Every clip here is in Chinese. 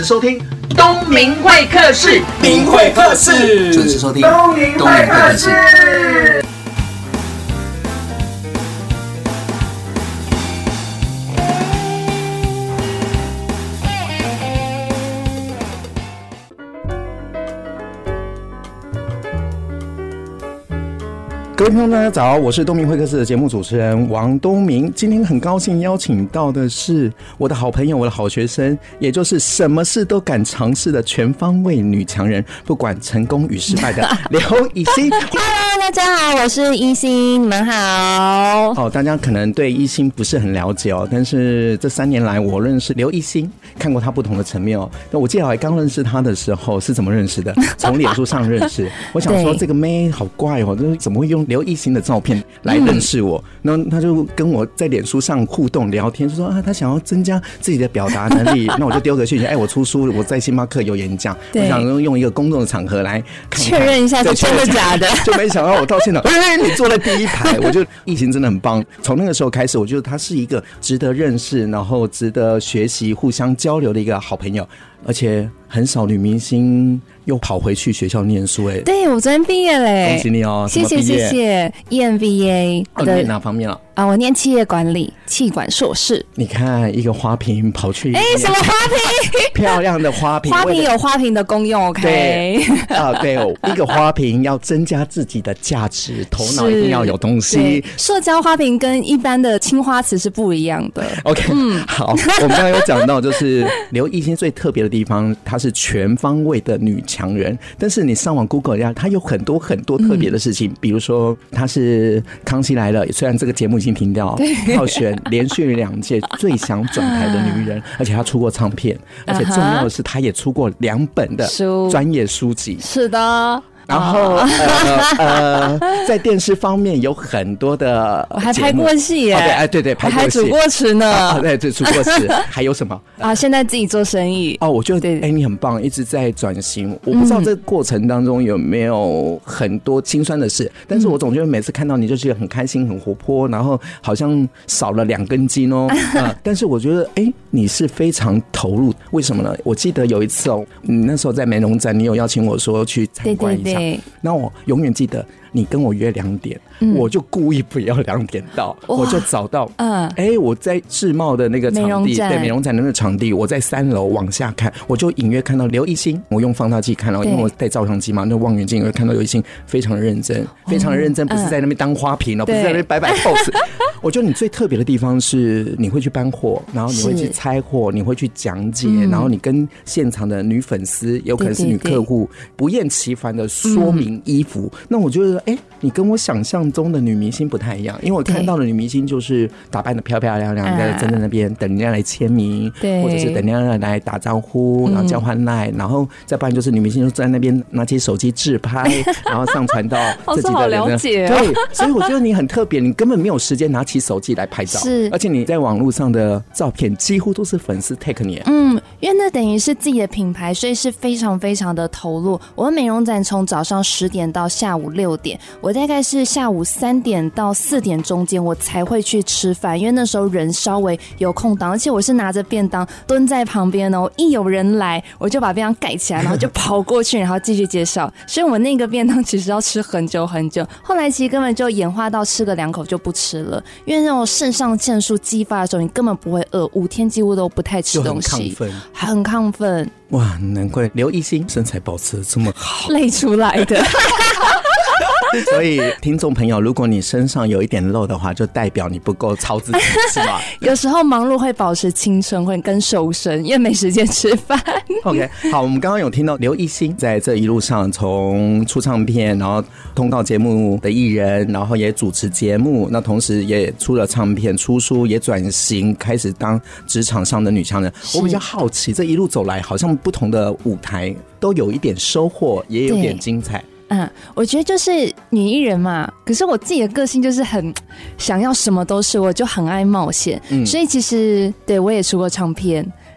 时收听东明会客室， 明会客室， 准时收听东明会客室。 各位听众大家早，我是东明会客室的节目主持人王东明。今天很高兴邀请到的是我的好朋友，我的好学生，也就是什么事都敢尝试的全方位女强人，不管成功与失败的刘以欣。 Hello， 大家好，我是一欣，你们好。 哦，大家可能对一欣不是很了解哦，但是这3年来我认识刘一欣，看过她不同的层面哦。那我记得我刚认识她的时候是怎么认识的？从脸书上认识。我想说这个妹好怪哦，就是怎么会用刘一欣的照片来认识我？然后他就跟我在脸书上互动聊天，就说啊，他想要增加自己的表达能力。那我就丢个讯息，哎，我出书，我在星巴克有演讲，我想用一个公众的场合来确认一下是真的假的。 就没想到我到现场，哎，你坐在第一排，我就疫情真的很棒。从那个时候开始，我觉得他是一个值得认识，然后值得学习、互相交流的一个好朋友，而且很少女明星又跑回去学校念书。 对，我昨天毕业嘞， 恭喜你哦！ 谢谢谢谢 EMBA 的。 你哪方面了？ 我念企业管理，企管硕士。 你看一个花瓶跑去， 什么花瓶？ 漂亮的花瓶， 花瓶有花瓶的功用 ，OK？ 对一个花瓶要增加自己的价值，头脑一定要有东西。 社交花瓶跟一般的青花瓷是不一样的。 OK， 好，我们刚刚有讲到，就是刘一欣最特别的地方，她是全方位的女强人。但是你上网 Google 一下，她有很多很多特别的事情，比如说她是康熙来了，虽然这个节目已经停掉，票选连续2届最想转台的女人，而且她出过唱片，而且重要的是她也出过2本的专业书籍。 是的。 然后在电视方面有很多的， 我还拍过戏耶， 对，拍过戏， 还煮过吃呢， 对，煮过吃，还有什么现在自己做生意哦，我觉得你很棒，一直在转型。我不知道这个过程当中有没有很多辛酸的事，但是我总觉得每次看到你就觉得很开心、很活泼，然后好像少了2根筋哦。但是我觉得你是非常投入，为什么呢？我记得有一次你那时候在美容展，你有邀请我说去参观一下。那我永远记得你跟我约2点，我就故意不要2点到，我就找到我在世贸的那个场地，对，美容展的那个场地，我在3楼往下看，我就隐约看到刘一欣，我用放大镜看到，因为我带照相机嘛，那望远镜我看到刘一欣非常的认真，非常的认真，不是在那边当花瓶不是在那边摆 pose。我觉得你最特别的地方是你会去搬货，然后你会去拆货，你会去讲解，然后你跟现场的女粉丝，有可能是女客户，不厌其烦的说明衣服。那我觉得你跟我想象中的女明星不太一样，因为我看到的女明星就是打扮的漂漂亮亮，在站在那边等人家来签名，或者是等人家来打招呼，然后交换赖，然后再不然就是女明星就在那边拿起手机自拍，然后上传到自己的人了解对，所以我觉得你很特别，你根本没有时间拿起手机来拍照，而且你在网络上的照片几乎都是粉丝 take 你。 因为那等于是自己的品牌，所以是非常非常的投入。我们美容展从早上10点到下午6点，我大概是下午3点到4点中间我才会去吃饭，因为那时候人稍微有空档，而且我是拿着便当蹲在旁边哦，一有人来我就把便当盖起来，然后就跑过去，然后继续介绍。所以我那个便当其实要吃很久很久，后来其实根本就演化到吃个2口就不吃了，因为那种肾上腺素激发的时候，你根本不会饿，5天几乎都不太吃东西，很亢奋。 哇，难怪刘一欣身材保持得这么好， 累出来的。 所以听众朋友，如果你身上有一点肉的话，就代表你不够操自己，是吧？ 有时候忙碌会保持青春，会跟瘦身，因为没时间吃饭。 OK， 好，我们刚刚有听到刘一欣在这一路上，从出唱片，然后通告节目的艺人，然后也主持节目，那同时也出了唱片、出书，也转型开始当职场上的女强人。我比较好奇，这一路走来，好像不同的舞台都有一点收获，也有点精彩。 我觉得就是女艺人嘛，可是我自己的个性就是很想要什么都是，我就很爱冒险，所以其实对我也出过唱片，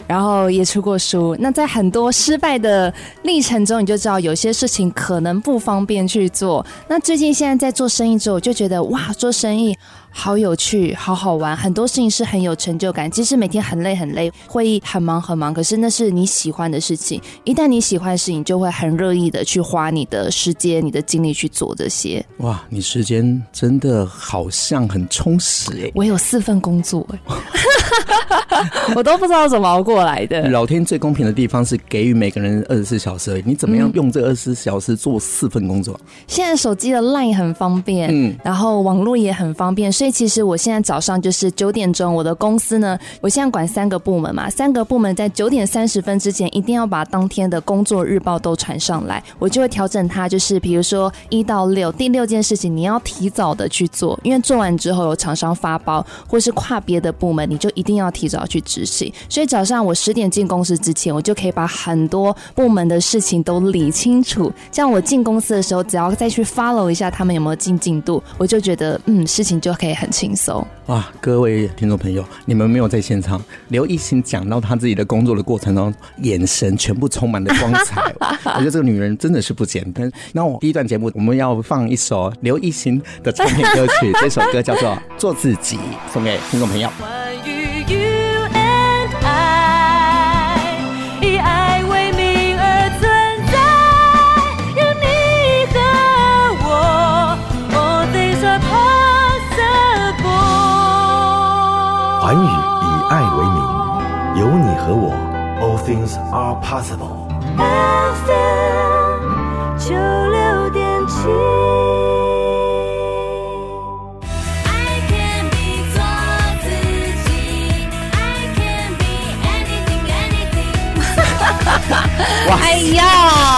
然后也出过书。那在很多失败的历程中，你就知道有些事情可能不方便去做。那最近现在在做生意之后，我就觉得哇，做生意好有趣，好好玩，很多事情是很有成就感。即使每天很累很累，会议很忙很忙，可是那是你喜欢的事情。一旦你喜欢的事情，就会很乐意的去花你的时间、你的精力去做这些。 哇，你时间真的好像很充实耶。 我有4份工作我都不知道怎么熬过来的。 老天最公平的地方是给予每个人24小时而已，你怎么样用这24小时做4份工作？ 现在手机的 LINE 很方便，然后网络也很方便，所以其实我现在早上就是9点钟，我的公司呢，我现在管3个部门嘛，3个部门在9点30分之前一定要把当天的工作日报都传上来，我就会调整它，就是比如说1到6，第6件事情你要提早的去做，因为做完之后有厂商发包或是跨别的部门，你就一定要提早去执行。所以早上我10点进公司之前，我就可以把很多部门的事情都理清楚，这样我进公司的时候只要再去 follow 一下他们有没有进度，我就觉得事情就可以很轻松。 哇，各位听众朋友，你们没有在现场，刘一心讲到他自己的工作的过程中，眼神全部充满了光彩我觉得这个女人真的是不简单。那我第一段节目我们要放一首刘一心的唱片歌曲这首歌叫做《做自己》，送给听众朋友。 关于 you and I， 以爱为名而存在，有你和我 ，all things are possible。 寰宇以爱为名，有你和我 ，all things are possible。 FM 96.7。 哎呀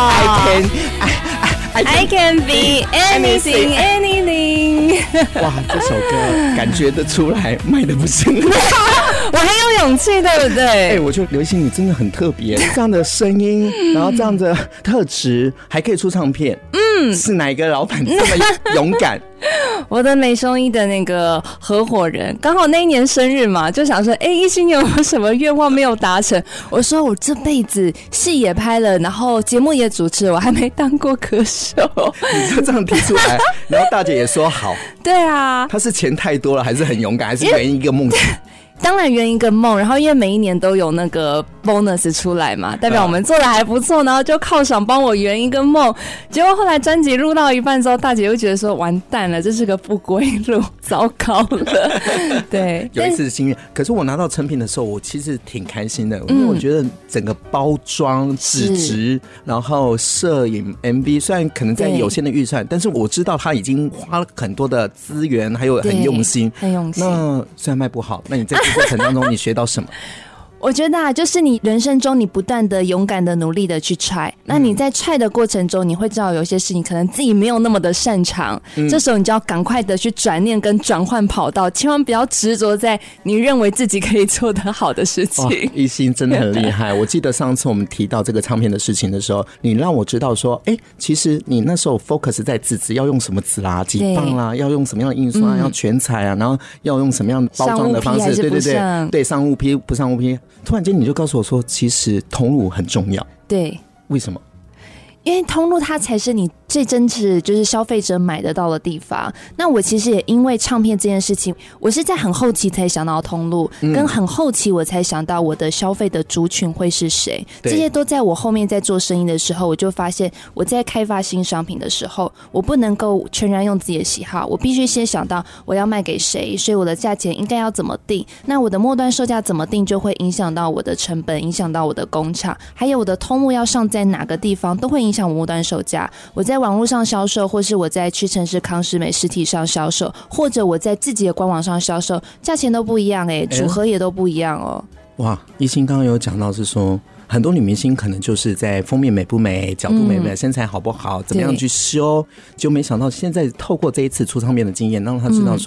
I can be anything anything 哇，这首歌感觉得出来卖的不是很好我很有勇气对不对？ 我觉得刘一心你真的很特别，这样的声音然后这样的特质还可以出唱片，是哪一个老板这么勇敢？ 我的美声音的那个合伙人刚好那一年生日嘛，就想说一心有没有什么愿望没有达成？我说我这辈子戏也拍了，然后节目也主持，我还没当过歌手。 你就这样提出来，然后大姐也说好。 对啊， 他是钱太多了还是很勇敢，还是圆一个梦想？ 当然圆一个梦，然后因为每一年都有那个 bonus 出来嘛，代表我们做的还不错，然后就犒赏帮我圆一个梦。结果后来专辑录到一半之后，大姐又觉得说完蛋了，这是个不归路，糟糕了。对， 有一次心愿，可是我拿到成品的时候，我其实挺开心的，因为我觉得整个包装、纸质，然后摄影、MV， 虽然可能在有限的预算，但是我知道他已经花了很多的资源，还有很用心， 很用心。 那虽然卖不好，那你在这过程当中你学到什么？ 我觉得就是你人生中你不断的勇敢的努力的去 try， 那你在 try 的过程中，你会知道有些事情可能自己没有那么的擅长，这时候你就要赶快的去转念跟转换跑道，千万不要执着在你认为自己可以做得好的事情。 一心真的很厉害。我记得上次我们提到这个唱片的事情的时候，你让我知道说，其实你那时候 focus 在纸要用什么纸啦、几磅啦，要用什么样的印刷，要全彩啊，然后要用什么样的包装的方式，对对对，对，上雾批不上雾批。突然间你就告诉我说，其实通路很重要。 对， 为什么？ 因为通路它才是你最真实就是消费者买得到的地方。那我其实也因为唱片这件事情，我是在很后期才想到通路，跟很后期我才想到我的消费的族群会是谁，这些都在我后面在做生意的时候，我就发现我在开发新商品的时候，我不能够全然用自己的喜好，我必须先想到我要卖给谁，所以我的价钱应该要怎么定，那我的末端售价怎么定就会影响到我的成本，影响到我的工厂，还有我的通路要上在哪个地方，都会影响我末端售价。我在网络上销售，或是我在屈臣氏、康是美实体上销售，或者我在自己的官网上销售，价钱都不一样组合也都不一样哦。 哇，一心刚刚有讲到是说，很多女明星可能就是在封面美不美、角度美不美、身材好不好，怎么样去修，就没想到现在透过这一次出唱片的经验，让她知道说，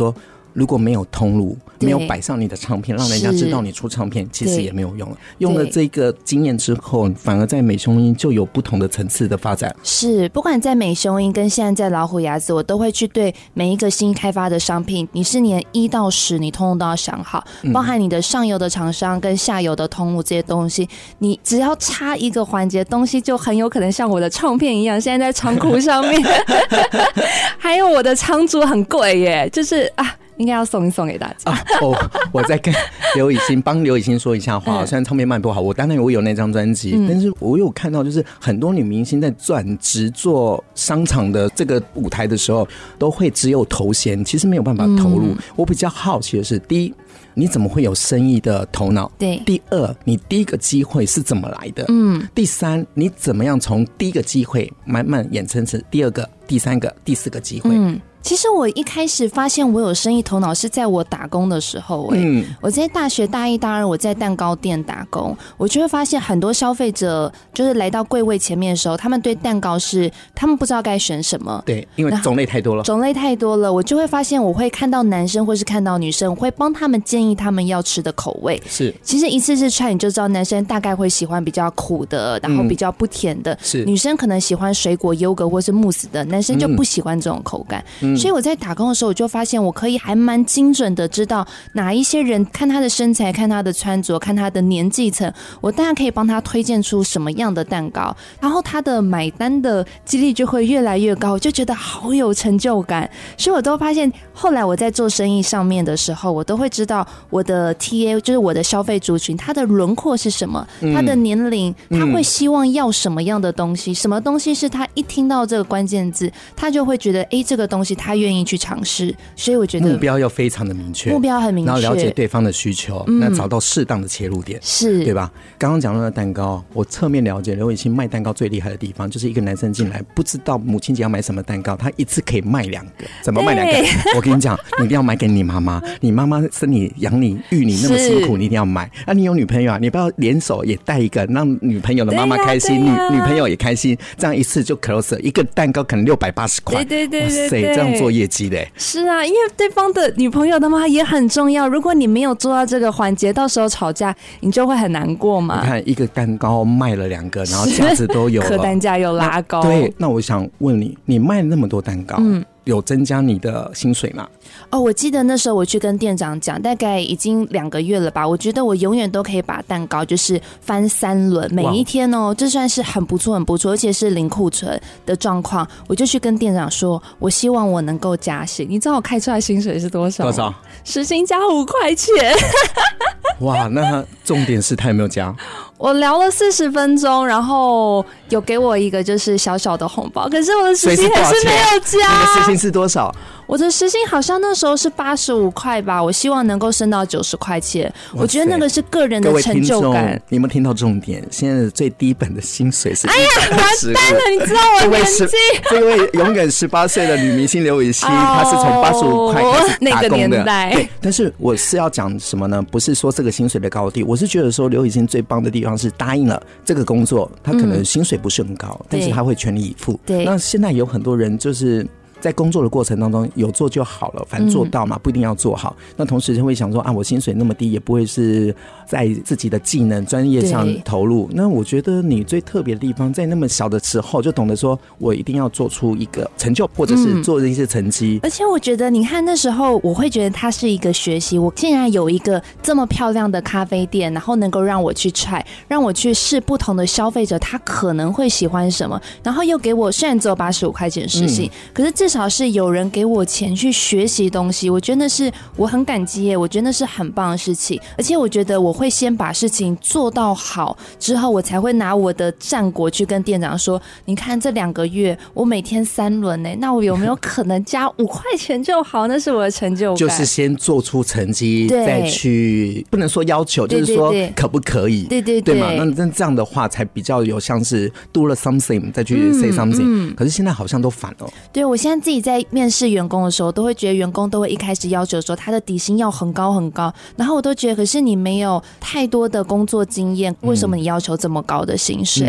如果没有通路，没有摆上你的唱片，让人家知道你出唱片，其实也没有用了。用了这个经验之后，反而在美胸音就有不同的层次的发展。 是，不管在美胸音跟现在在老虎牙子，我都会去对每一个新开发的商品，你是连1到10，你通通都要想好，包含你的上游的厂商跟下游的通路这些东西，你只要差一个环节，东西就很有可能像我的唱片一样，现在在仓库上面，还有我的仓租很贵耶，就是应该要送一送给大家我在跟刘以欣帮刘以欣说一下话。虽然唱片卖不好，我当然我有那张专辑，但是我有看到，就是很多女明星在转职做商场的这个舞台的时候，都会只有头衔，其实没有办法投入。我比较好奇的是，第一，你怎么会有生意的头脑？ 对。 第二，你第一个机会是怎么来的？第三，你怎么样从第一个机会慢慢衍生成第二个、第三个、第4个机会？ 其实我一开始发现我有生意头脑是在我打工的时候我在大学大1大2我在蛋糕店打工，我就会发现很多消费者就是来到柜位前面的时候，他们对蛋糕是他们不知道该选什么。 对，因为种类太多了， 我就会发现我会看到男生或是看到女生，我会帮他们建议他们要吃的口味。 是， 其实一次次try你就知道男生大概会喜欢比较苦的，然后比较不甜的， 是女生可能喜欢水果优格或是慕斯的，男生就不喜欢这种口感。所以我在打工的时候，我就发现我可以还蛮精准的知道哪一些人，看他的身材，看他的穿着，看他的年纪层，我当然可以帮他推荐出什么样的蛋糕，然后他的买单的几率就会越来越高，我就觉得好有成就感。所以我都发现后来我在做生意上面的时候，我都会知道我的 TA 就是我的消费族群，他的轮廓是什么，他的年龄，他会希望要什么样的东西，什么东西是他一听到这个关键字他就会觉得这个东西他愿意去尝试。所以我觉得目标要非常的明确， 目标很明确， 然后了解对方的需求，那找到适当的切入点， 是对吧？刚刚讲到的蛋糕，我侧面了解刘以欣卖蛋糕最厉害的地方，就是一个男生进来不知道母亲节要买什么蛋糕，他一次可以卖2个。怎么卖2个？我跟你讲，你一定要买给你妈妈，你妈妈生你养你育你那么辛苦，你一定要买。你有女朋友你不要联手也带一个，让女朋友的妈妈开心，女朋友也开心，这样一次就 close 了，一个蛋糕可能680块。对，哇塞，这样做业绩的。 是啊，因为对方的女朋友的妈也很重要，如果你没有做到这个环节，到时候吵架你就会很难过嘛。 你看一个蛋糕卖了2个，然后价值都有了， 客单价又拉高。 对，那我想问你，你卖那么多蛋糕，有增加你的薪水吗？ 我记得那时候我去跟店长讲，大概已经2个月了吧，我觉得我永远都可以把蛋糕就是翻3轮，每一天这算是很不错，而且是零库存的状况。我就去跟店长说，我希望我能够加薪。你知道我开出来薪水是多少？ 多少？ 时薪加5块钱。 哇，那重点是他有没有加？ 我聊了40分钟，然后有给我一个就是小小的红包，可是我的时薪还是没有加。 你的时薪是多少？ 我的时薪好像那时候是85块吧，我希望能够升到90块钱。我觉得那个是个人的成就感。 你有没有听到重点？现在的最低本的薪水是115。 完蛋了，你知道我年纪？ 这位永远18岁的女明星刘以欣，她是从85块开始打工的那个年代。 对，但是我是要讲什么呢？不是说这个薪水的高低，我是觉得说刘以欣最棒的地方是答应了这个工作，她可能薪水不是很高，但是她会全力以赴。 对， 那现在有很多人就是在工作的过程当中有做就好了，反正做到嘛，不一定要做好。那同时就会想说我薪水那么低，也不会是在自己的技能专业上投入。那我觉得你最特别的地方，在那么小的时候就懂得说我一定要做出一个成就，或者是做一些成绩。 而且我觉得你看那时候我会觉得它是一个学习，我竟然有一个这么漂亮的咖啡店，然后能够让我去 try， 让我去试不同的消费者他可能会喜欢什么，然后又给我虽然只有85块钱时薪，可是至少是有人给我钱去学习东西，我觉得那是我很感激耶，我觉得那是很棒的事情。而且我觉得我会先把事情做到好之后，我才会拿我的战果去跟店长说，你看这2个月我每天3轮耶，那我有没有可能加5块钱就好？那是我的成就感。 就是先做出成绩，再去不能说要求，就是说可不可以？对嘛？那这样的话才比较有像是 do了 something 再去 say something。可是现在好像都反了。 对，我现在自己在面试员工的时候，都会觉得员工都会一开始要求说他的底薪要很高很高，然后我都觉得可是你没有太多的工作经验，为什么你要求这么高的薪水？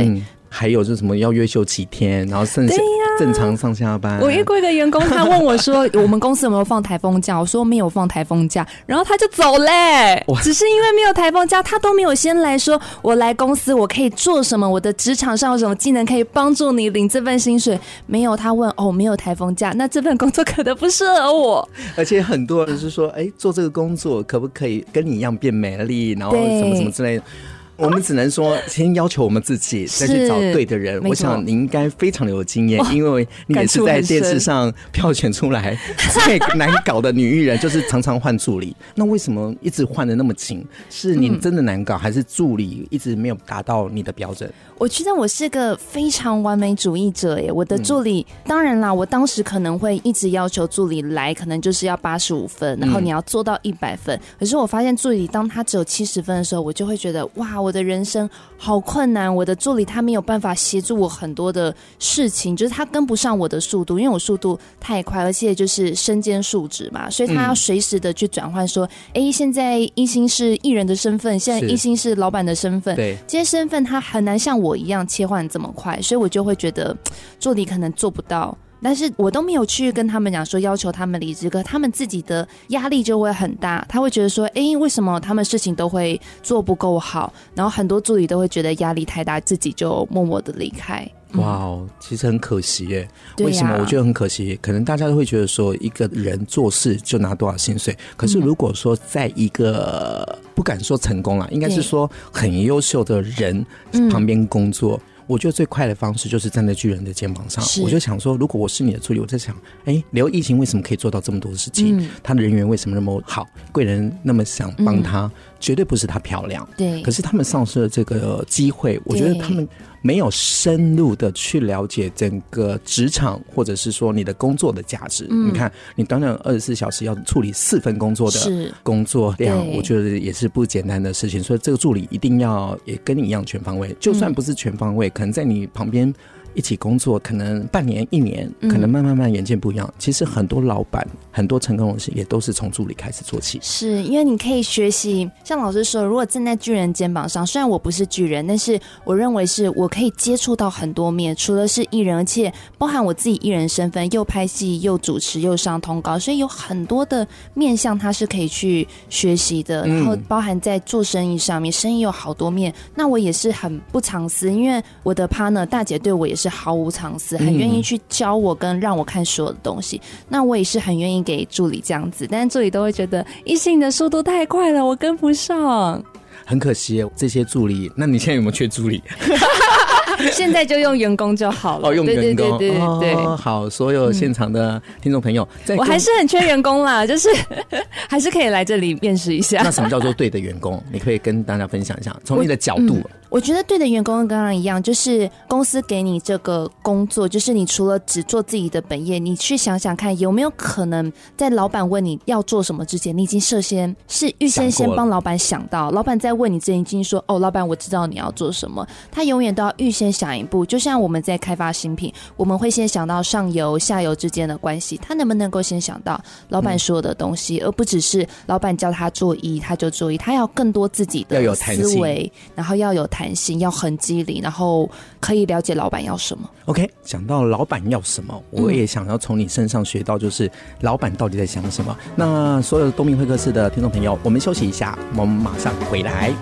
还有就是什么要约休几天，然后剩下正常上下班。 我遇过一个员工，他问我说我们公司有没有放台风假，我说没有放台风假，然后他就走嘞，只是因为没有台风假，他都没有先来说我来公司我可以做什么，我的职场上有什么技能可以帮助你领这份薪水，没有。他问没有台风假，那这份工作可能不适合我。 而且很多人是说做这个工作可不可以跟你一样变美丽，然后什么什么之类的。我们只能说先要求我们自己，再去找对的人。我想你应该非常的有经验，因为你也是在电视上票选出来最难搞的女艺人，就是常常换助理。那为什么一直换的那么勤？是你真的难搞，还是助理一直没有达到你的标准？ 我觉得我是个非常完美主义者耶。我的助理，当然啦，我当时可能会一直要求助理来，可能就是要85分，然后你要做到100分。可是我发现助理当他只有70分的时候，我就会觉得哇，我的人生好困难。我的助理他没有办法协助我很多的事情，就是他跟不上我的速度，因为我速度太快，而且就是身兼数职嘛，所以他要随时的去转换说，现在一心是艺人的身份，现在一心是老板的身份， 对， 这些身份他很难像我一样切换这么快，所以我就会觉得助理可能做不到。但是我都没有去跟他们讲说要求他们离职，可他们自己的压力就会很大，他会觉得说为什么他们事情都会做不够好，然后很多助理都会觉得压力太大，自己就默默的离开。 哇，其实很可惜耶。为什么我觉得很可惜？可能大家都会觉得说一个人做事就拿多少薪水，可是如果说在一个不敢说成功啦，应该是说很优秀的人旁边工作，我觉得最快的方式就是站在巨人的肩膀上。我就想说，如果我是你的助理，我在想刘奕勤为什么可以做到这么多事情，他的人缘为什么那么好，贵人那么想帮他，绝对不是他漂亮，对。可是他们丧失了这个机会，我觉得他们没有深入的去了解整个职场，或者是说你的工作的价值。你看，你短短24小时要处理4份工作的工作量，我觉得也是不简单的事情。所以这个助理一定要也跟你一样全方位，就算不是全方位，可能在你旁边一起工作，可能半年1年，可能慢慢眼界不一样。其实很多老板，很多成功人士也都是从助理开始做起， 是因为你可以学习。像老师说，如果站在巨人肩膀上，虽然我不是巨人，但是我认为是我可以接触到很多面，除了是艺人，而且包含我自己艺人身份，又拍戏又主持又上通告，所以有很多的面向它是可以去学习的。然后包含在做生意上面，生意有好多面，那我也是很不藏私，因为我的 partner 大姐对我也是毫无藏私，很愿意去教我跟让我看所有的东西。那我也是很愿意给助理这样子，但是助理都会觉得一心的速度太快了，我跟不上。 很可惜这些助理。那你现在有没有缺助理？ 现在就用员工就好了。 用员工， 对， 好，所有现场的听众朋友， 我还是很缺员工啦，就是还是可以来这里面试一下。 那什么叫做对的员工？你可以跟大家分享一下，从你的角度。 我觉得对的员工跟刚刚一样，就是公司给你这个工作，就是你除了只做自己的本业，你去想想看有没有可能在老板问你要做什么之前，你已经预先帮老板想到，老板在问你之前已经说老板我知道你要做什么。他永远都要预先想一步，就像我们在开发新品，我们会先想到上游下游之间的关系，他能不能够先想到老板说的东西，而不只是老板叫他做一他就做一，他要更多自己的思维，然后要有弹性，要很机灵，然后可以了解老板要什么。 OK， 讲到老板要什么，我也想要从你身上学到，就是老板到底在想什么。那所有的东明会客室的听众朋友，我们休息一下，我们马上回来。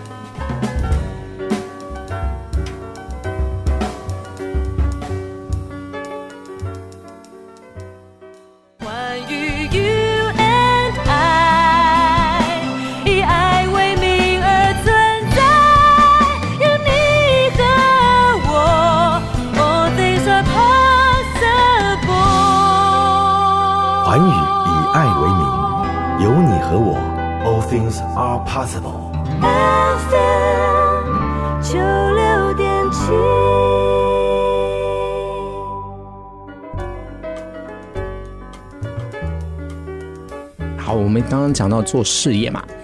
寰宇以爱为名，有你和我 All things are possible。 FM 96.7。 好，我们刚刚讲到做事业嘛，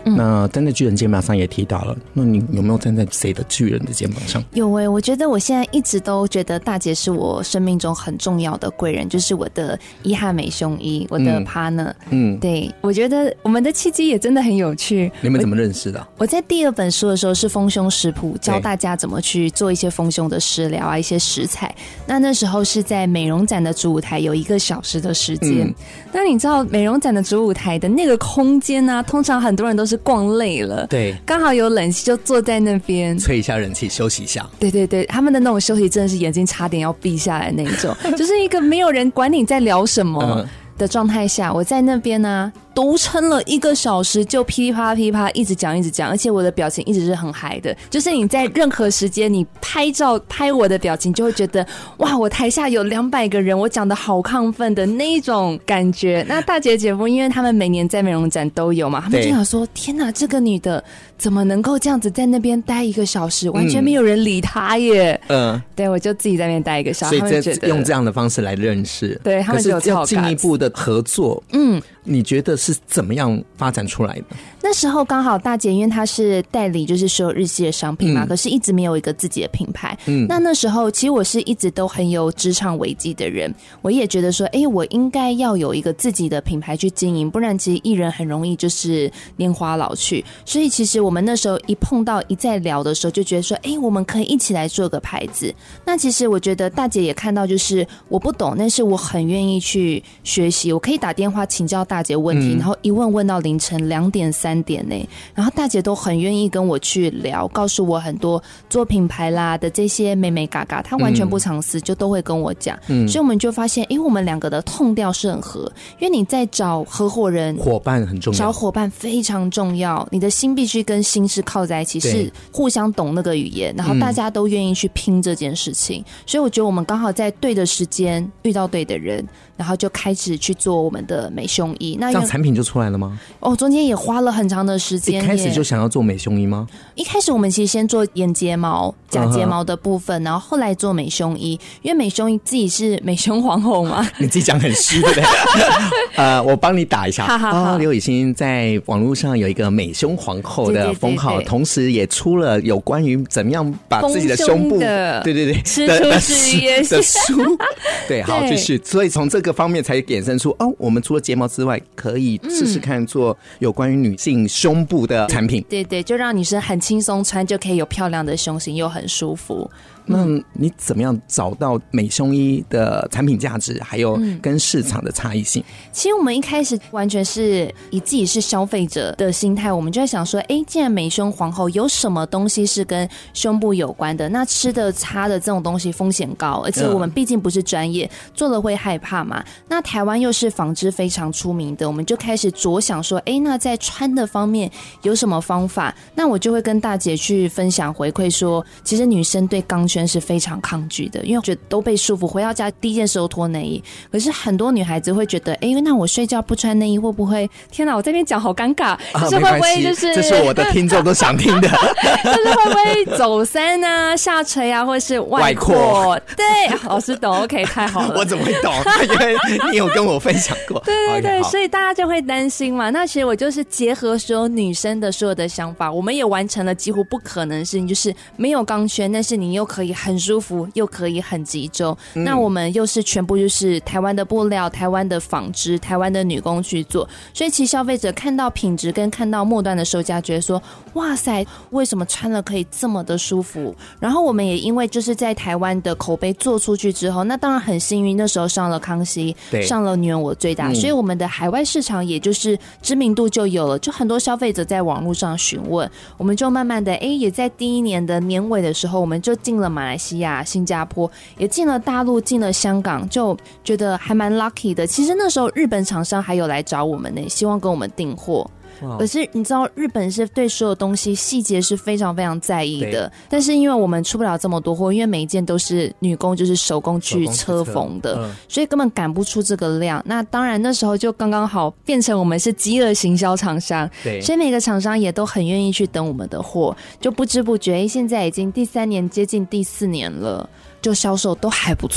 那站在巨人肩膀上也提到了，那你有没有站在谁的巨人的肩膀上？ 有我觉得我现在一直都觉得大姐是我生命中很重要的贵人，就是我的伊汉美胸衣，我的 partner。对，我觉得我们的契机也真的很有趣。 你们怎么认识的？ 我在第2本书的时候是丰胸食谱，教大家怎么去做一些丰胸的食疗啊，一些食材。那时候是在美容展的主舞台，有1个小时的时间。那你知道美容展的主舞台的那个空间啊，通常很多人都是逛累了， 对， 刚好有冷气就坐在那边吹一下人气休息一下。 对对对，他们的那种休息真的是眼睛差点要闭下来那一种就是一个没有人管你在聊什么的状态下，我在那边呢独撑了1个小时，就噼里啪啦噼里啪啦一直讲一直讲，而且我的表情一直是很嗨的，就是你在任何时间你拍照拍我的表情，就会觉得哇，我台下有200个人，我讲的好亢奋的那一种感觉。那大姐姐夫因为他们每年在美容展都有嘛，他们就想说天哪，这个女的怎么能够这样子在那边待1个小时，完全没有人理她耶。对，我就自己在那边待1个小时， 所以用这样的方式来认识。 对，他们就有可是要进一步的合作，你觉得是怎么样发展出来的？ 那时候刚好大姐因为她是代理就是所有日系的商品嘛，可是一直没有一个自己的品牌。那时候其实我是一直都很有职场危机的人，我也觉得说我应该要有一个自己的品牌去经营，不然其实艺人很容易就是年华老去。所以其实我们那时候一碰到一再聊的时候，就觉得说我们可以一起来做个牌子。那其实我觉得大姐也看到，就是我不懂，但是我很愿意去学习，我可以打电话请教大姐问题，然后一问到凌晨2点3点呢，然后大姐都很愿意跟我去聊，告诉我很多做品牌啦的这些美美嘎嘎，她完全不藏私，就都会跟我讲。所以我们就发现我们2个的痛调是很合，因为你在找合伙人伙伴很重要， 找伙伴非常重要，你的心必须跟心是靠在一起，是互相懂那个语言，然后大家都愿意去拼这件事情。所以我觉得我们刚好在对的时间遇到对的人，然后就开始去做我们的美胸衣。那这样产品就出来了吗？ 中间也花了很长的时间。 一开始就想要做美胸衣吗？ 一开始我们其实先做眼睫毛、假睫毛的部分，然后后来做美胸衣，因为美胸衣自己是美胸皇后嘛。 你自己讲很虚对不对？我帮你打一下。刘以欣在网络上有一个美胸皇后的封号，同时也出了有关于怎么样把自己的胸部对吃出事业的书。对，好，继续。所以从这个方面才衍生出我们除了睫毛之外，可以试试看做有关于女性胸部的产品。 对对，就让女生很轻松穿，就可以有漂亮的胸型，又很舒服。 那你怎么样找到美胸衣的产品价值，还有跟市场的差异性？ 其实我们一开始完全是以自己是消费者的心态，我们就在想说既然美胸皇后有什么东西是跟胸部有关的，那吃的擦的这种东西风险高，而且我们毕竟不是专业，做了会害怕嘛。那台湾又是纺织非常出名的，我们就开始着想说那在穿的方面有什么方法。那我就会跟大姐去分享回馈说，其实女生对钢圈是非常抗拒的，因为我觉得都被束缚，回到家第一件事都脱内衣。可是很多女孩子会觉得那我睡觉不穿内衣会不会，天哪，我这边讲好尴尬，就是会不会就是这是我的听众都想听的就是会不会走山啊、下垂啊，或者是外扩？对，老师懂。 OK， 太好了。 我怎么会懂？因为你有跟我分享过。 对对对，所以大家就会担心嘛。那其实我就是结合所有女生的所有的想法，我们也完成了几乎不可能的事情，就是没有钢圈，但是你又可以很舒服，又可以很集中。那我们又是全部就是台湾的布料、台湾的纺织、台湾的女工去做，所以其实消费者看到品质跟看到末端的售价，觉得说哇塞，为什么穿了可以这么的舒服？然后我们也因为就是在台湾的口碑做出去之后，那当然很幸运，那时候上了康熙，上了女人我最大，所以我们的海外市场也就是知名度就有了，就很多消费者在网络上询问，我们就慢慢的也在第一年的年尾的时候，我们就进了马来西亚、新加坡，也进了大陆，进了香港，就觉得还蛮 lucky 的。其实那时候日本厂商还有来找我们呢，希望跟我们订货。可是你知道日本是对所有东西细节是非常非常在意的，但是因为我们出不了这么多货，因为每一件都是女工就是手工去车缝的，所以根本赶不出这个量。那当然那时候就刚刚好变成我们是饥饿行销厂商，所以每个厂商也都很愿意去等我们的货，就不知不觉现在已经第3年接近第4年了，就销售都还不错。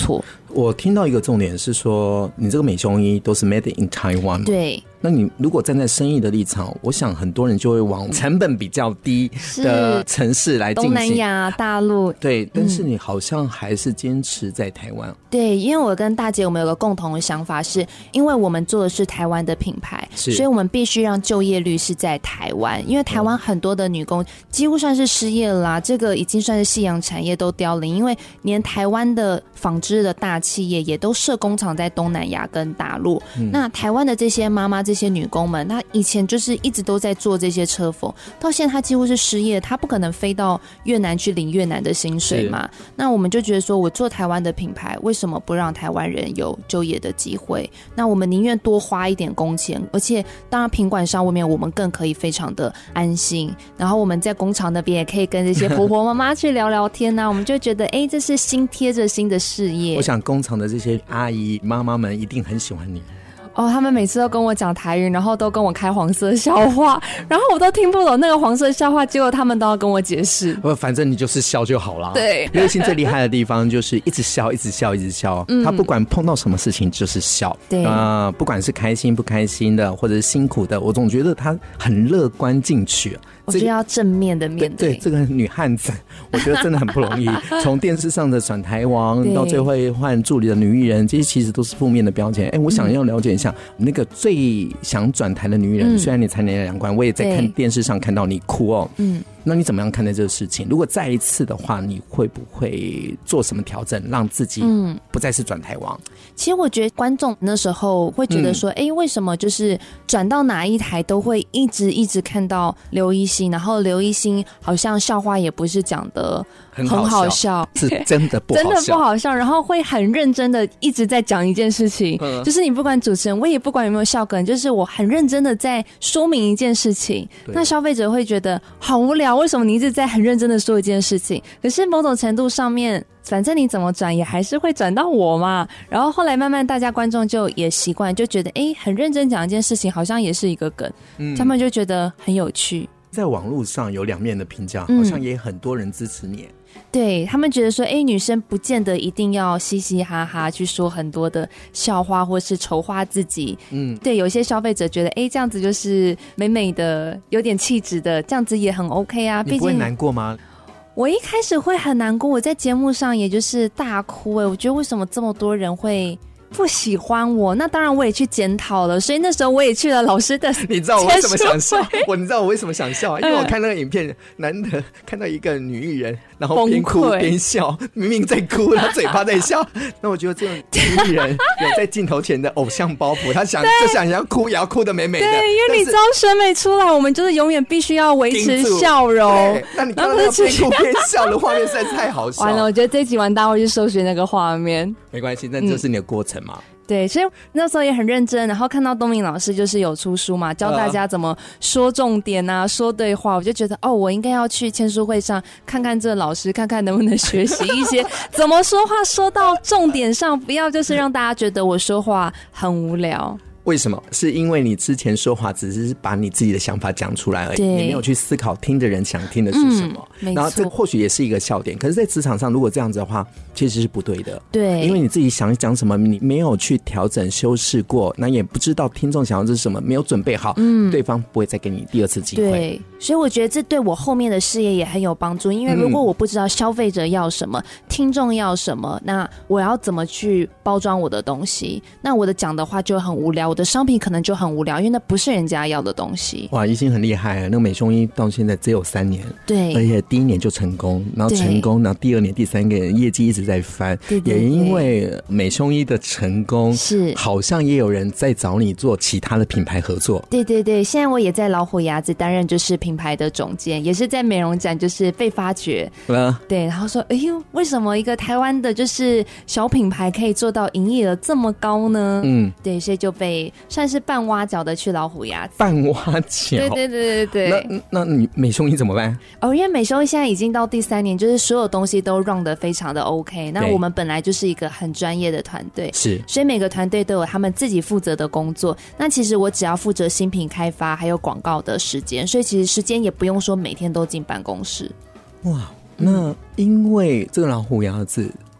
我听到一个重点是说，你这个美胸衣都是 made in Taiwan。 对。 那你如果站在生意的立场，我想很多人就会往成本比较低的城市来进行， 东南亚、大陆。 对，但是你好像还是坚持在台湾。 对，因为我跟大姐我们有个共同的想法是，因为我们做的是台湾的品牌，所以我们必须让就业率是在台湾，因为台湾很多的女工几乎算是失业了啦，这个已经算是夕阳产业都凋零，因为连台湾的纺织的大企业也都设工厂在东南亚跟大陆。那台湾的这些妈妈、这些女工们，她以前就是一直都在做这些车缝，到现在她几乎是失业，她不可能飞到越南去领越南的薪水嘛。那我们就觉得说，我做台湾的品牌，为什么不让台湾人有就业的机会？那我们宁愿多花一点工钱，而且当然品管上面我们更可以非常的安心。然后我们在工厂那边也可以跟这些婆婆妈妈去聊聊天啊，我们就觉得这是心贴着心的事业。 我想工厂的这些阿姨妈妈们一定很喜欢你。 他们每次都跟我讲台语，然后都跟我开黄色笑话，然后我都听不懂那个黄色笑话，结果他们都要跟我解释。 反正你就是笑就好了。 对， 刘雨昕最厉害的地方就是一直笑，一直笑，一直笑。他不管碰到什么事情就是笑。 对， 不管是开心不开心的，或者是辛苦的，我总觉得他很乐观进取。 我觉得要正面的面对。 对，这个女汉子，我觉得真的很不容易。从电视上的转台王到最后换助理的女艺人，这些其实都是负面的标签。我想要了解一下，那个最想转台的女艺人，虽然你才年2关，我也在看电视上看到你哭哦。那你怎么样看待这个事情？如果再一次的话，你会不会做什么调整，让自己不再是转台王？ 其实我觉得观众那时候会觉得说，为什么就是转到哪一台都会一直看到刘一星，然后刘一星好像笑话也不是讲的很好笑， 是真的不好笑， 真的不好笑，然后会很认真的一直在讲一件事情，就是你不管主持人，我也不管有没有笑梗，就是我很认真的在说明一件事情，那消费者会觉得好无聊，为什么你一直在很认真的说一件事情？可是某种程度上面，反正你怎么转也还是会转到我嘛。然后后来慢慢大家观众就也习惯，就觉得很认真讲一件事情好像也是一个梗，他们就觉得很有趣。 在网络上有两面的评价，好像也很多人支持你。 对，他们觉得说女生不见得一定要嘻嘻哈哈去说很多的笑话或是筹划自己。对，有一些消费者觉得这样子就是美美的，有点气质的，这样子也很 OK 啊。 你不会难过吗？ 我一开始会很难过，我在节目上也就是大哭。我觉得为什么这么多人会不喜欢我？那当然我也去检讨了，所以那时候我也去了老师的。 你知道我为什么想笑？你知道我为什么想笑？因为我看那个影片，难得看到一个女艺人，然后边哭边笑，明明在哭，她嘴巴在笑。那我觉得这种女艺人有在镜头前的偶像包袱，她想要哭也要哭得美美的。 对，因为你知道审美出来，我们就是永远必须要维持笑容。 那你看到那个边哭边笑的画面实在是太好笑了。 完了，我觉得这一集完大家会去搜寻那个画面。 没关系，那这是你的过程嘛。 对，所以那时候也很认真，然后看到东明老师就是有出书嘛，教大家怎么说重点啊，说对话，我就觉得我应该要去签书会上看看这老师，看看能不能学习一些怎么说话说到重点上，不要就是让大家觉得我说话很无聊。 为什么？是因为你之前说话只是把你自己的想法讲出来而已，你没有去思考听的人想听的是什么。然后这或许也是一个笑点，可是在职场上如果这样子的话其实是不对的。 对， 因为你自己想讲什么你没有去调整修饰过，那也不知道听众想要的是什么，没有准备好，对方不会再给你第二次机会。 对，所以我觉得这对我后面的事业也很有帮助，因为如果我不知道消费者要什么，听众要什么，那我要怎么去包装我的东西，那我的讲的话就很无聊，我的商品可能就很无聊，因为那不是人家要的东西。 哇，已经很厉害了，那个美胸衣到现在只有3年， 对， 而且第1年就成功，然后成功，然后第2年第3年业绩一直在翻。 对对对， 也因为美胸衣的成功， 是好像也有人在找你做其他的品牌合作。 对对对，现在我也在老虎牙子担任就是品牌的总监，也是在美容展就是被发掘。对，然后说为什么一个台湾的就是小品牌可以做到营业额这么高呢？对，所以就被算是半挖角的去老虎牙子。 半挖角？对对对对对。 那你美胸衣怎么办？ 因为美胸衣现在已经到第3年，就是所有东西都 run 得非常的 OK。那我们本来就是一个很专业的团队， 是， 所以每个团队都有他们自己负责的工作。那其实我只要负责新品开发还有广告的时间，所以其实时间也不用说每天都进办公室。 哇，那因为这个老虎牙子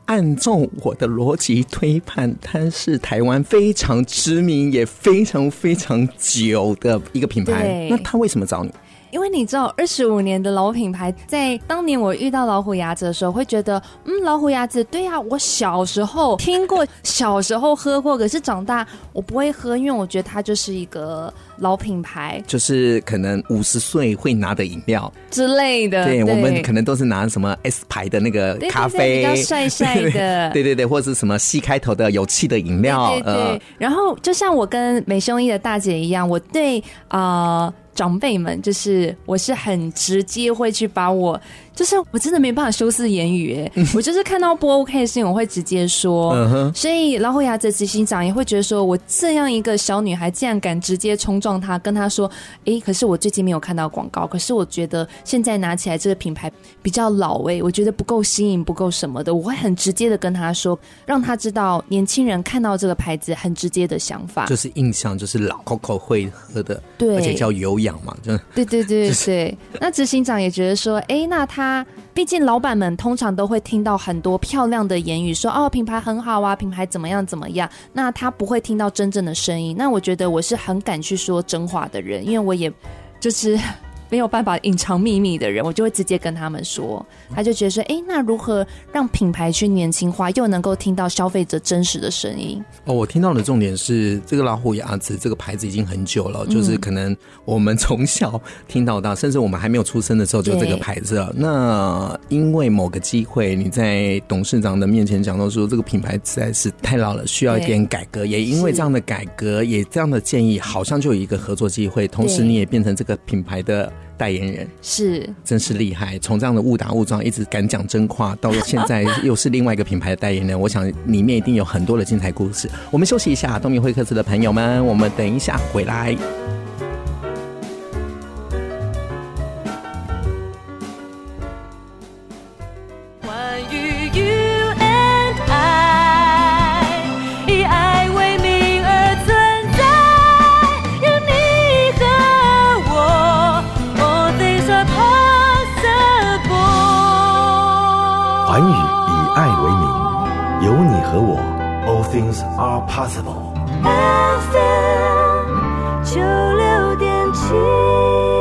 按照我的逻辑推判，它是台湾非常知名也非常非常久的一个品牌。那他为什么找你？ 因为你知道25年的老品牌，在当年我遇到老虎牙子的时候会觉得老虎牙子对啊，我小时候听过，小时候喝过，可是长大我不会喝，因为我觉得它就是一个老品牌， 就是可能50岁会拿的饮料之类的。 对， 我们可能都是拿什么 S 牌的那个咖啡， 对对对，比较帅帅的对对对，或者是什么 C 开头的有气的饮料。 对对对，然后就像我跟美胸衣的大姐一样，我对长辈们，就是我是很直接会去把我，就是我真的没办法修饰言语我就是看到不 OK 的事情我会直接说所以老虎牙子执行长也会觉得说，我这样一个小女孩竟然敢直接冲撞他，跟他说可是我最近没有看到广告，可是我觉得现在拿起来这个品牌比较老我觉得不够新颖，不够什么的，我会很直接的跟他说，让他知道年轻人看到这个牌子很直接的想法， 就是印象就是老 Coco 会喝的， 对， 而且叫有氧嘛， 对对对对那执行长也觉得说那他毕竟老板们通常都会听到很多漂亮的言语，说品牌很好啊，品牌怎么样怎么样，那他不会听到真正的声音。那我觉得我是很敢去说真话的人，因为我也就是没有办法隐藏秘密的人，我就会直接跟他们说。他就觉得说那如何让品牌去年轻化，又能够听到消费者真实的声音。 我听到的重点是这个老虎牙子这个牌子已经很久了，就是可能我们从小听到大，甚至我们还没有出生的时候就这个牌子了。那因为某个机会你在董事长的面前讲到说这个品牌实在是太老了，需要一点改革，也因为这样的改革，也这样的建议，好像就有一个合作机会，同时你也变成这个品牌的代言人， 是真是厉害。从这样的误打误撞一直敢讲真话，到现在又是另外一个品牌的代言人，我想里面一定有很多的精彩故事。我们休息一下，东明会客室的朋友们，我们等一下回来。 关于 You and I， 以爱为名而存在，有你和我 All things are possible。 寰宇以爱为名，有你和我 All things are possible。 FM 96.7。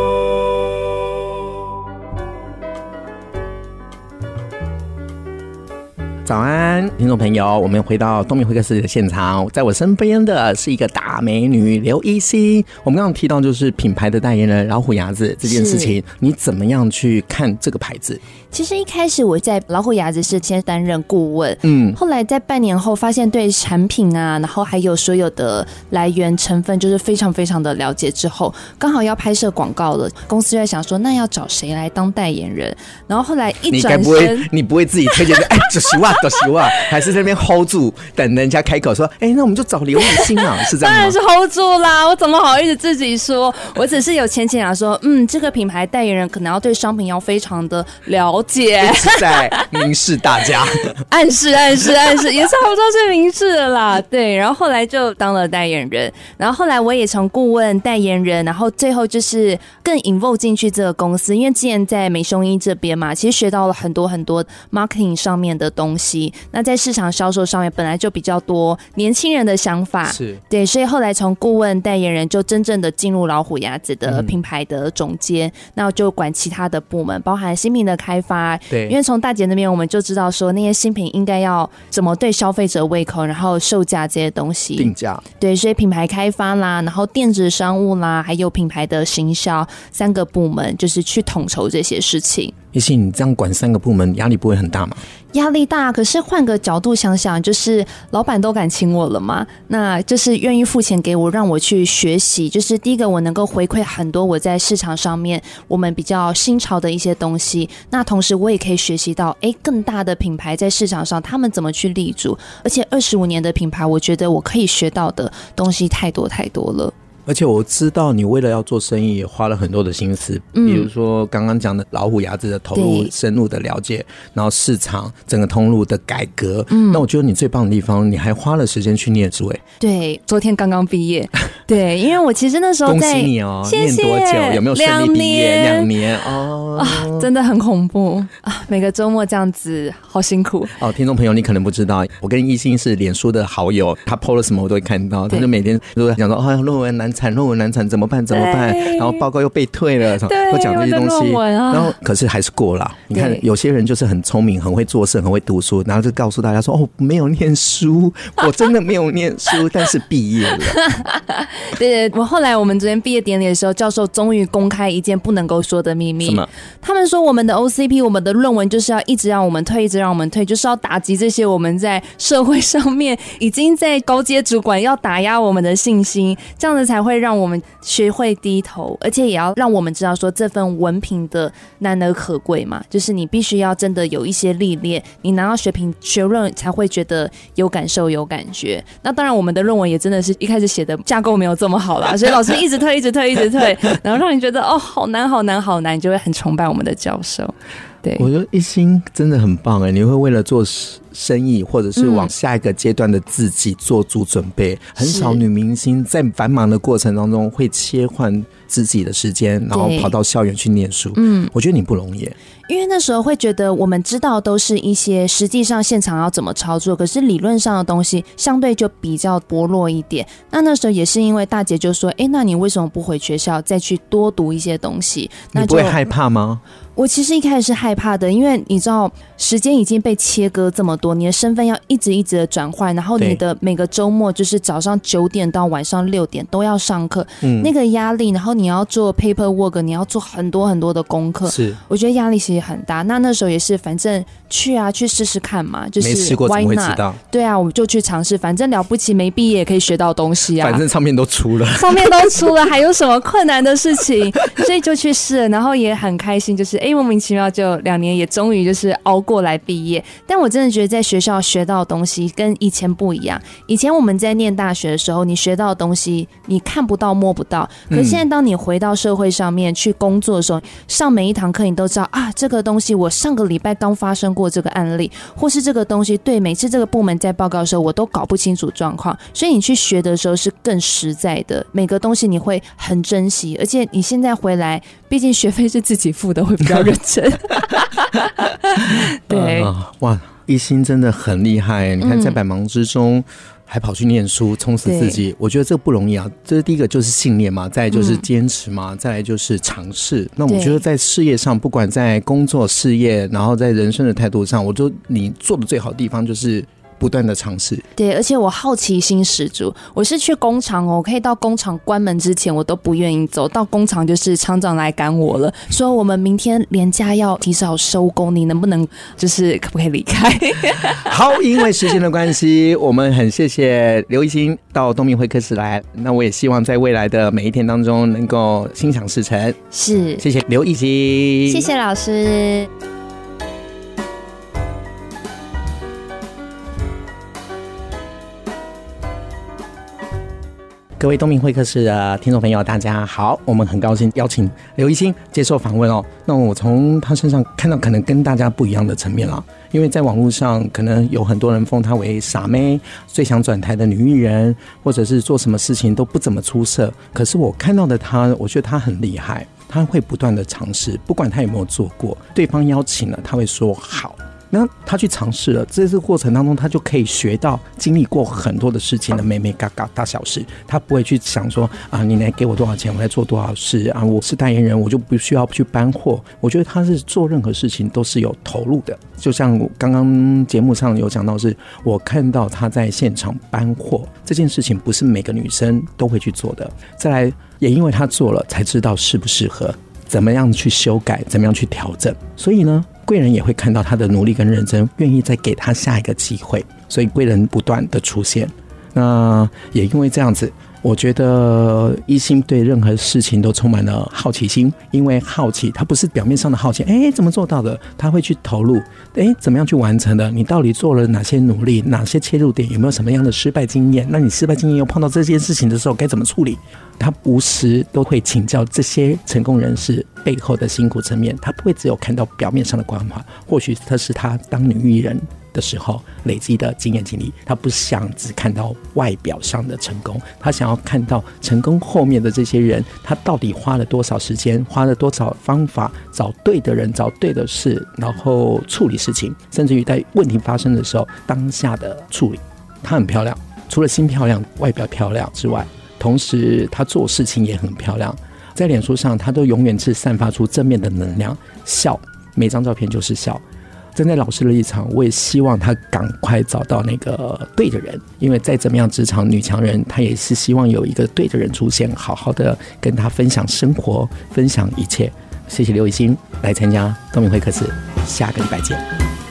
早安，听众朋友，我们回到东明会客室的现场，在我身边的是一个大美女刘依稀。我们刚刚提到就是品牌的代言人老虎牙子这件事情，你怎么样去看这个牌子？ 其实一开始我在老虎牙子是先担任顾问，后来在半年后发现对产品啊，然后还有所有的来源成分就是非常非常的了解之后，刚好要拍摄广告了，公司就在想说那要找谁来当代言人，然后后来一转身， 你不会自己推荐就是哇就是哇，还是在那边 hold 住，等人家开口说那我们就找刘雨欣啊，是这样吗？ 当然是 hold 住啦，我怎么好意思自己说？我只是有浅浅说这个品牌代言人可能要对商品要非常的了解， 一直在明示大家暗示也差不多是明示了啦。对，然后后来就当了代言人，然后后来我也从顾问代言人，然后最后就是更 involve 进去这个公司，因为之前在美胸衣这边嘛，其实学到了很多很多 marketing 上面的东西，那在市场销售上面本来就比较多年轻人的想法， 是对， 所以后来从顾问代言人就真正的进入老虎牙子的品牌的总监，那我就管其他的部门，包含新品的开发， 对， 因为从大姐那边我们就知道说那些新品应该要怎么对消费者胃口，然后售价这些东西定价， 对，所以品牌开发啦，然后电子商务啦，还有品牌的行销3个部门就是去统筹这些事情。 依稀，你这样管3个部门，压力不会很大吗？ 压力大，可是换个角度想想，就是老板都敢请我了嘛，那就是愿意付钱给我，让我去学习。就是第一个，我能够回馈很多我在市场上面我们比较新潮的一些东西，那同时我也可以学习到更大的品牌在市场上他们怎么去立足，而且25年的品牌，我觉得我可以学到的东西太多太多了。 而且我知道你为了要做生意也花了很多的心思，比如说刚刚讲的老虎牙子的投入深入的了解，然后市场整个通路的改革，那我觉得你最棒的地方，你还花了时间去念书。 对，昨天刚刚毕业对，因为我其实那时候在， 恭喜你哦， 谢谢， 念多久？有没有顺利毕业？2年真的很恐怖每个周末这样子好辛苦哦。听众朋友，你可能不知道，我跟一心是脸书的好友，他 po 了什么我都会看到，他就每天都会讲说，论文难产，论文难产怎么办？然后报告又被退了，都讲这些东西，然后可是还是过了。你看有些人就是很聪明，很会做事，很会读书，然后就告诉大家说，哦，没有念书，我真的没有念书，但是毕业了。 对，我后来我们昨天毕业典礼的时候，教授终于公开一件不能够说的秘密。 什么？ 他们说我们的 OCP， 我们的论文就是要一直让我们退，一直让我们退，就是要打击这些我们在社会上面已经在高阶主管要打压我们的信心，这样子才会让我们学会低头，而且也要让我们知道说这份文凭的难能可贵嘛，就是你必须要真的有一些历练，你拿到学论才会觉得有感受有感觉。那当然我们的论文也真的是一开始写的架构没有这么好啦，所以老师一直退然后让你觉得哦好难好难好难，你就会很崇拜我们的教授。对， 我觉得一心真的很棒哎，你会为了做生意或者是往下一个阶段的自己做足准备。很少女明星在繁忙的过程当中会切换自己的时间，然后跑到校园去念书。我觉得你不容易。 因为那时候会觉得我们知道都是一些实际上现场要怎么操作，可是理论上的东西相对就比较薄弱一点。那时候也是因为大姐就说，那你为什么不回学校再去多读一些东西？ 你不会害怕吗？ 我其实一开始是害怕的，因为你知道时间已经被切割这么多，你的身份要一直的转换，然后你的每个周末就是早上9点到晚上6点都要上课，那个压力，然后你要做 paperwork， 你要做很多很多的功课，是我觉得压力其实很大。那时候也是反正去试试看嘛，就是没试过怎么会知道？ 对啊，我们就去尝试，反正了不起没毕业也可以学到东西啊， 反正唱片都出了， 还有什么困难的事情？所以就去试了，然后也很开心，就是莫名其妙就2年也终于就是熬过来毕业。但我真的觉得在学校学到的东西跟以前不一样。以前我们在念大学的时候，你学到的东西你看不到摸不到，可是现在当你回到社会上面去工作的时候，上每一堂课你都知道啊，这个东西我上个礼拜刚发生过这个案例，或是这个东西对每次这个部门在报告的时候我都搞不清楚状况，所以你去学的时候是更实在的，每个东西你会很珍惜，而且你现在回来毕竟学费是自己付的，会比较认真。对， 哇，一心真的很厉害。你看在百忙之中还跑去念书充实自己，我觉得这个不容易啊。这第一个就是信念嘛，再来就是坚持嘛，再来就是尝试。那我觉得在事业上，不管在工作事业，然后在人生的态度上，我觉得你做的最好的地方就是不断的尝试。对， 而且我好奇心十足，我是去工厂我可以到工厂关门之前我都不愿意走，到工厂就是厂长来赶我了，说我们明天连假要提早收工，你能不能就是可不可以离开？ 好，因为时间的关系，我们很谢谢刘一心到东明会客室来，那我也希望在未来的每一天当中能够心想事成。 是， 谢谢刘一心， 谢谢老师。 各位东明会客室的听众朋友大家好，我们很高兴邀请刘一心接受访问哦。那我从他身上看到可能跟大家不一样的层面了，因为在网络上可能有很多人封他为傻妹，最想转台的女艺人，或者是做什么事情都不怎么出色，可是我看到的他，我觉得他很厉害，他会不断的尝试，不管他有没有做过，对方邀请了他会说好，那他去尝试了，在这个过程当中他就可以学到经历过很多的事情的妹妹嘎嘎大小事，他不会去想说啊，你来给我多少钱我来做多少事啊，我是代言人我就不需要去搬货。我觉得他是做任何事情都是有投入的，就像刚刚节目上有讲到，是我看到他在现场搬货这件事情不是每个女生都会去做的，再来也因为他做了才知道适不适合，怎么样去修改，怎么样去调整，所以呢贵人也会看到他的努力跟认真，愿意再给他下一个机会，所以贵人不断的出现。那也因为这样子，我觉得一心对任何事情都充满了好奇心，因为好奇他不是表面上的好奇，怎么做到的，他会去投入，怎么样去完成的，你到底做了哪些努力，哪些切入点，有没有什么样的失败经验，那你失败经验又碰到这件事情的时候该怎么处理，他无时都会请教这些成功人士背后的辛苦层面，他不会只有看到表面上的光环，或许这是他当女艺人的时候累积的经验经历，他不想只看到外表上的成功，他想要看到成功后面的这些人，他到底花了多少时间，花了多少方法，找对的人，找对的事，然后处理事情，甚至于在问题发生的时候当下的处理。她很漂亮，除了心漂亮外表漂亮之外，同时她做事情也很漂亮，在脸书上她都永远是散发出正面的能量，笑，每张照片就是笑。站在老师的立场，我也希望她赶快找到那个对的人，因为再怎么样职场女强人，她也是希望有一个对的人出现，好好的跟她分享生活，分享一切。谢谢刘以欣来参加东明会客室，下个礼拜见。